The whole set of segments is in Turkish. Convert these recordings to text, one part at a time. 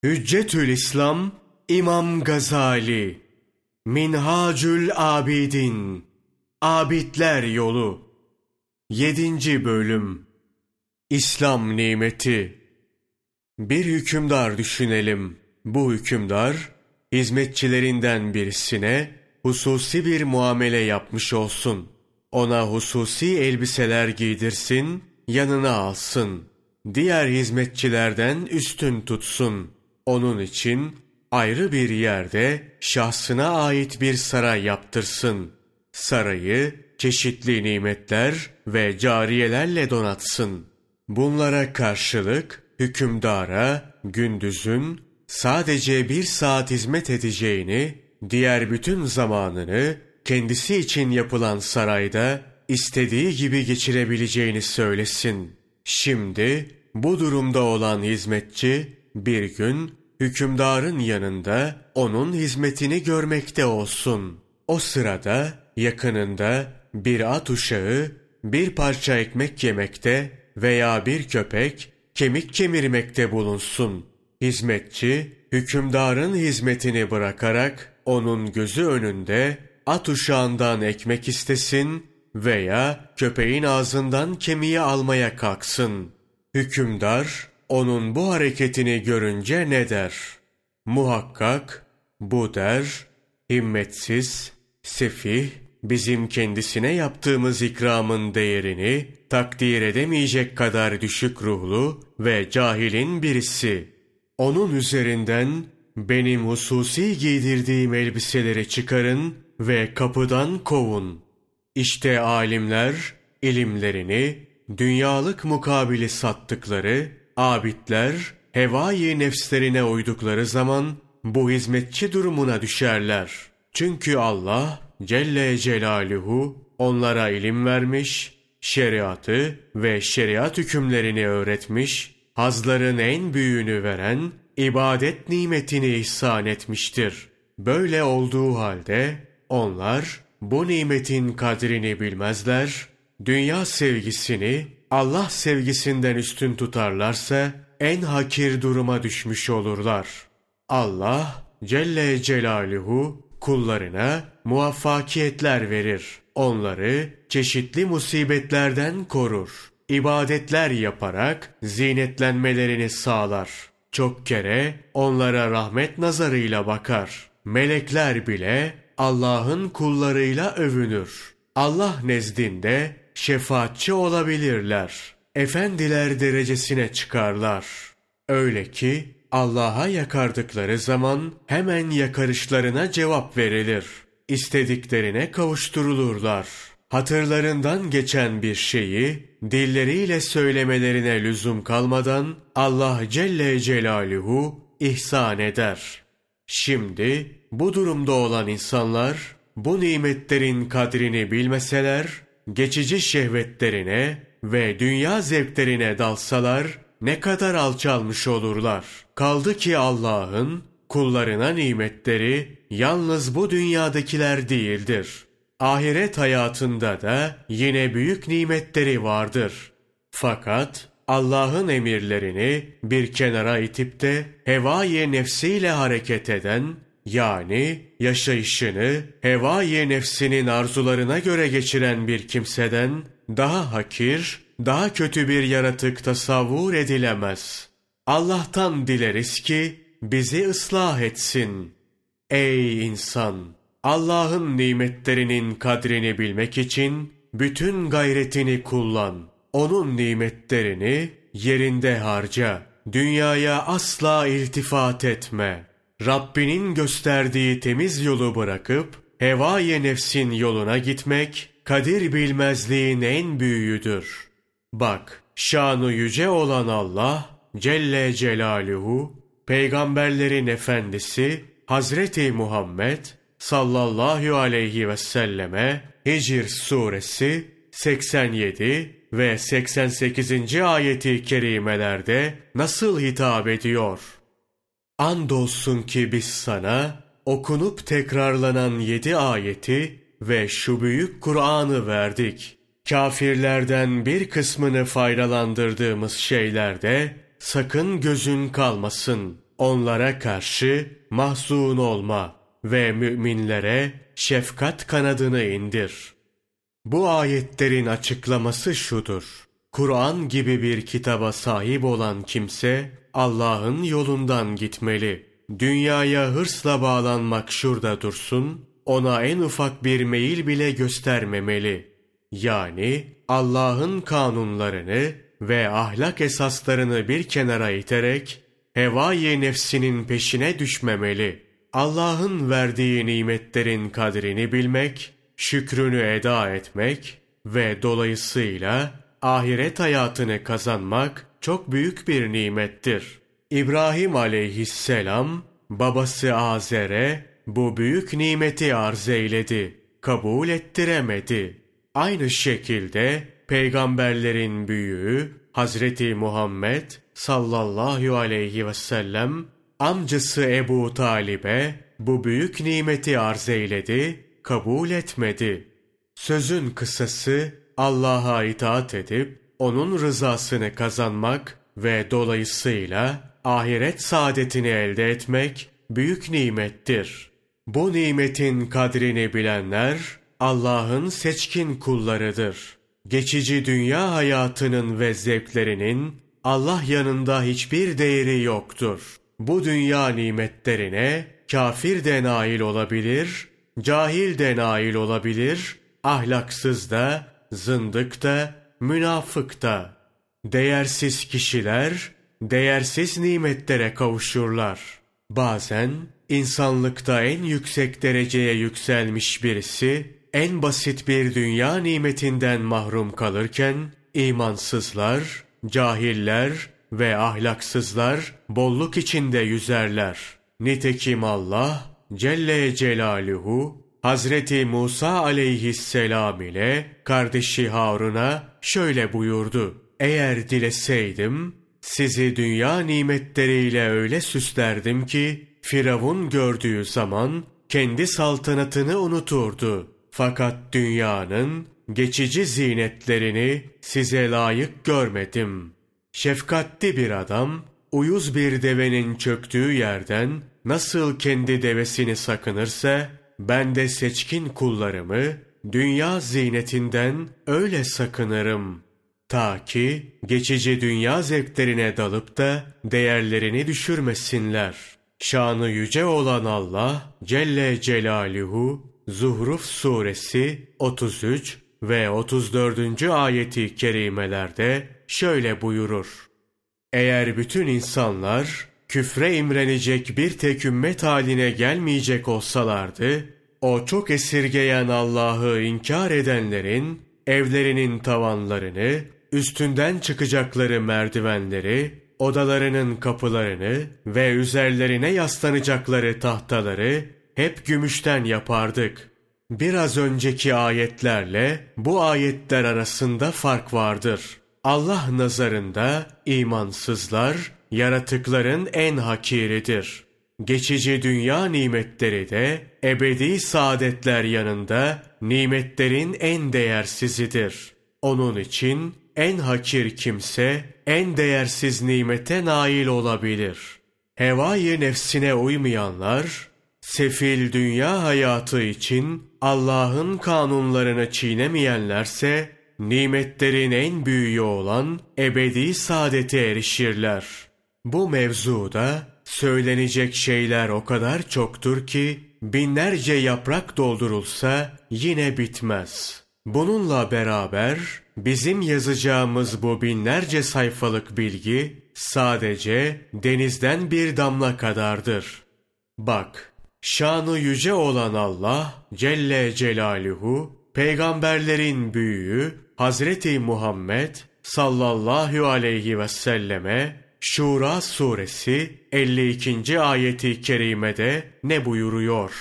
Hüccetül İslam İmam Gazali. Minhacül Abidin, Abidler Yolu. 7. Bölüm. İslam nimeti. Bir hükümdar düşünelim. Bu hükümdar, hizmetçilerinden birisine hususi bir muamele yapmış olsun. Ona hususi elbiseler giydirsin, yanına alsın. Diğer hizmetçilerden üstün tutsun. Onun için ayrı bir yerde şahsına ait bir saray yaptırsın. Sarayı çeşitli nimetler ve cariyelerle donatsın. Bunlara karşılık hükümdara gündüzün sadece 1 saat hizmet edeceğini, diğer bütün zamanını kendisi için yapılan sarayda istediği gibi geçirebileceğini söylesin. Şimdi bu durumda olan hizmetçi bir gün hükümdarın yanında onun hizmetini görmekte olsun. O sırada yakınında bir at uşağı bir parça ekmek yemekte veya bir köpek kemik kemirmekte bulunsun. Hizmetçi hükümdarın hizmetini bırakarak onun gözü önünde at uşağından ekmek istesin veya köpeğin ağzından kemiği almaya kalksın. Hükümdar onun bu hareketini görünce ne der? Muhakkak bu der, himmetsiz, sefih, bizim kendisine yaptığımız ikramın değerini takdir edemeyecek kadar düşük ruhlu ve cahilin birisi. Onun üzerinden benim hususi giydirdiğim elbiseleri çıkarın ve kapıdan kovun. İşte alimler ilimlerini dünyalık mukabili sattıkları, abidler hevai nefslerine uydukları zaman bu hizmetçi durumuna düşerler. Çünkü Allah Celle Celaluhu onlara ilim vermiş, şeriatı ve şeriat hükümlerini öğretmiş, hazların en büyüğünü veren ibadet nimetini ihsan etmiştir. Böyle olduğu halde onlar bu nimetin kadrini bilmezler, dünya sevgisini Allah sevgisinden üstün tutarlarsa en hakir duruma düşmüş olurlar. Allah Celle Celaluhu kullarına muvaffakiyetler verir. Onları çeşitli musibetlerden korur. İbadetler yaparak zinetlenmelerini sağlar. Çok kere onlara rahmet nazarıyla bakar. Melekler bile Allah'ın kullarıyla övünür. Allah nezdinde şefaatçi olabilirler. Efendiler derecesine çıkarlar. Öyle ki Allah'a yakardıkları zaman hemen yakarışlarına cevap verilir. İstediklerine kavuşturulurlar. Hatırlarından geçen bir şeyi dilleriyle söylemelerine lüzum kalmadan Allah Celle Celaluhu ihsan eder. Şimdi bu durumda olan insanlar bu nimetlerin kadrini bilmeseler, geçici şehvetlerine ve dünya zevklerine dalsalar ne kadar alçalmış olurlar. Kaldı ki Allah'ın kullarına nimetleri yalnız bu dünyadakiler değildir. Ahiret hayatında da yine büyük nimetleri vardır. Fakat Allah'ın emirlerini bir kenara itip de hevai nefsiyle hareket eden, yani yaşayışını hevai nefsinin arzularına göre geçiren bir kimseden daha hakir, daha kötü bir yaratık tasavvur edilemez. Allah'tan dileriz ki bizi ıslah etsin. Ey insan! Allah'ın nimetlerinin kadrini bilmek için bütün gayretini kullan. Onun nimetlerini yerinde harca. Dünyaya asla iltifat etme. Rabbinin gösterdiği temiz yolu bırakıp hevai nefsin yoluna gitmek kadir bilmezliğin en büyüğüdür. Bak, şanı yüce olan Allah Celle Celaluhu, peygamberlerin efendisi Hazreti Muhammed sallallahu aleyhi ve selleme Hicr suresi 87 ve 88. ayeti kerimelerde nasıl hitap ediyor? Andolsun ki biz sana okunup tekrarlanan 7 ayeti ve şu büyük Kur'an'ı verdik. Kafirlerden bir kısmını faydalandırdığımız şeylerde sakın gözün kalmasın. onlara karşı mahzun olma ve müminlere şefkat kanadını indir. Bu ayetlerin açıklaması şudur: Kur'an gibi bir kitaba sahip olan kimse Allah'ın yolundan gitmeli. Dünyaya hırsla bağlanmak şurada dursun, ona en ufak bir meyil bile göstermemeli. Yani Allah'ın kanunlarını ve ahlak esaslarını bir kenara iterek hevâ-i nefsinin peşine düşmemeli. Allah'ın verdiği nimetlerin kadrini bilmek, şükrünü eda etmek ve dolayısıyla ahiret hayatını kazanmak çok büyük bir nimettir. İbrahim aleyhisselam babası Azer'e bu büyük nimeti arz eyledi, kabul ettiremedi. Aynı şekilde peygamberlerin büyüğü Hazreti Muhammed sallallahu aleyhi ve sellem amcası Ebu Talib'e bu büyük nimeti arz eyledi, kabul etmedi. Sözün kısası, Allah'a itaat edip onun rızasını kazanmak ve dolayısıyla ahiret saadetini elde etmek büyük nimettir. Bu nimetin kadrini bilenler Allah'ın seçkin kullarıdır. Geçici dünya hayatının ve zevklerinin Allah yanında hiçbir değeri yoktur. Bu dünya nimetlerine kafir de nail olabilir, cahil de nail olabilir, ahlaksız da, zındık da, münafık da. Değersiz kişiler, değersiz nimetlere kavuşurlar. Bazen insanlıkta en yüksek dereceye yükselmiş birisi, en basit bir dünya nimetinden mahrum kalırken, imansızlar, cahiller ve ahlaksızlar bolluk içinde yüzerler. Nitekim Allah Celle Celaluhu Hazreti Musa aleyhisselam ile kardeşi Harun'a şöyle buyurdu: Eğer dileseydim sizi dünya nimetleriyle öyle süslerdim ki Firavun gördüğü zaman kendi saltanatını unuturdu. Fakat dünyanın geçici zinetlerini size layık görmedim. Şefkatli bir adam, uyuz bir devenin çöktüğü yerden nasıl kendi devesini sakınırsa, ben de seçkin kullarımı dünya zinetinden öyle sakınırım. Ta ki geçici dünya zevklerine dalıp da değerlerini düşürmesinler. Şanı yüce olan Allah Celle Celaluhu Zuhruf suresi 33 ve 34. ayeti kerimelerde şöyle buyurur: Eğer bütün insanlar küfre imrenecek bir tek ümmet haline gelmeyecek olsalardı, o çok esirgeyen Allah'ı inkar edenlerin evlerinin tavanlarını, üstünden çıkacakları merdivenleri, odalarının kapılarını ve üzerlerine yaslanacakları tahtaları hep gümüşten yapardık. Biraz önceki ayetlerle bu ayetler arasında fark vardır. Allah nazarında imansızlar yaratıkların en hakiridir. Geçici dünya nimetleri de ebedi saadetler yanında nimetlerin en değersizidir. Onun için en hakir kimse en değersiz nimete nail olabilir. Hevâ-i nefsine uymayanlar, sefil dünya hayatı için Allah'ın kanunlarını çiğnemeyenlerse, nimetlerin en büyüğü olan ebedi saadete erişirler. Bu mevzuda söylenecek şeyler o kadar çoktur ki, binlerce yaprak doldurulsa yine bitmez. Bununla beraber bizim yazacağımız bu binlerce sayfalık bilgi sadece denizden bir damla kadardır. Bak, şanı yüce olan Allah Celle Celaluhu, peygamberlerin büyüğü Hazreti Muhammed sallallahu aleyhi ve selleme Şura suresi 52. ayeti kerimede ne buyuruyor?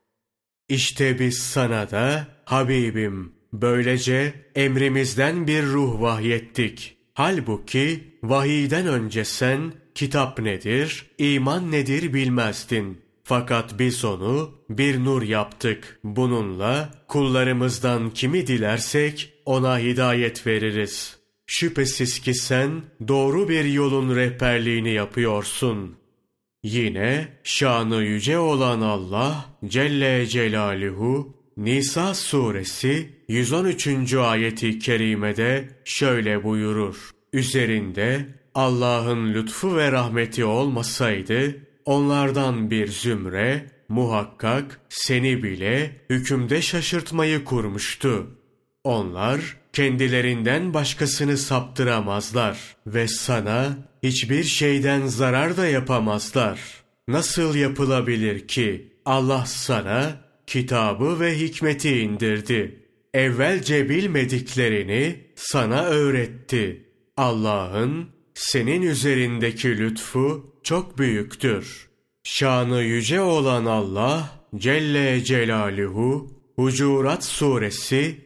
İşte biz sana da Habibim böylece emrimizden bir ruh vahyettik. Halbuki vahiyden önce sen kitap nedir, iman nedir bilmezdin. Fakat biz onu bir nur yaptık. Bununla kullarımızdan kimi dilersek ona hidayet veririz. Şüphesiz ki sen doğru bir yolun rehberliğini yapıyorsun. Yine şanı yüce olan Allah Celle Celaluhu Nisa suresi 113. ayeti kerimede şöyle buyurur. Üzerinde Allah'ın lütfu ve rahmeti olmasaydı onlardan bir zümre muhakkak seni bile hükümde şaşırtmayı kurmuştu. Onlar kendilerinden başkasını saptıramazlar ve sana hiçbir şeyden zarar da yapamazlar. Nasıl yapılabilir ki Allah sana kitabı ve hikmeti indirdi. Evvelce bilmediklerini sana öğretti. Allah'ın senin üzerindeki lütfu çok büyüktür. Şanı yüce olan Allah Celle Celaluhu Hucurat suresi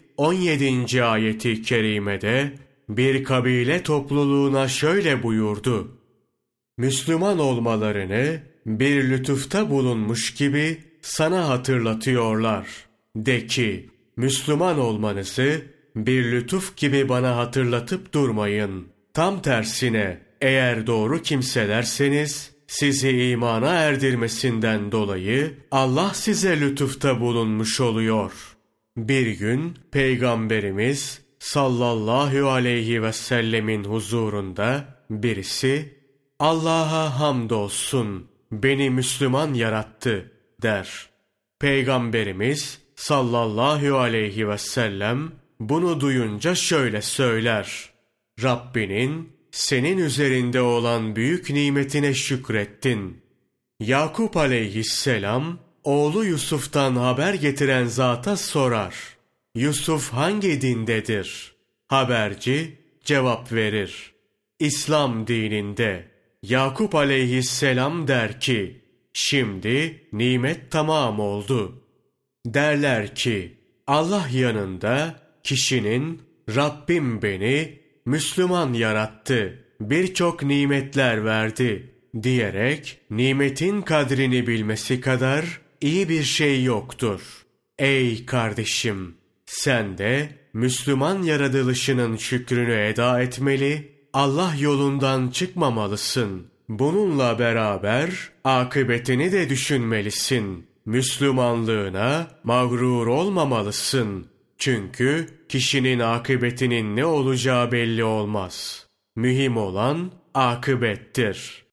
17. ayeti kerimede bir kabile topluluğuna şöyle buyurdu. Müslüman olmalarını bir lütufta bulunmuş gibi sana hatırlatıyorlar. De ki, Müslüman olmanızı bir lütuf gibi bana hatırlatıp durmayın. Tam tersine eğer doğru kimselerseniz sizi imana erdirmesinden dolayı Allah size lütufta bulunmuş oluyor. Bir gün Peygamberimiz sallallahu aleyhi ve sellemin huzurunda birisi Allah'a hamdolsun beni Müslüman yarattı der. Peygamberimiz sallallahu aleyhi ve sellem bunu duyunca şöyle söyler. Rabbinin senin üzerinde olan büyük nimetine şükrettin. Yakup aleyhisselam oğlu Yusuf'tan haber getiren zata sorar. Yusuf hangi dindedir? Haberci cevap verir. İslam dininde. Yakup aleyhisselam der ki, şimdi nimet tamam oldu. Derler ki, Allah yanında kişinin Rabbim beni Müslüman yarattı, birçok nimetler verdi diyerek nimetin kadrini bilmesi kadar iyi bir şey yoktur. Ey kardeşim, sen de Müslüman yaratılışının şükrünü eda etmeli, Allah yolundan çıkmamalısın. Bununla beraber akıbetini de düşünmelisin. Müslümanlığına mağrur olmamalısın. Çünkü kişinin akıbetinin ne olacağı belli olmaz. Mühim olan akıbettir.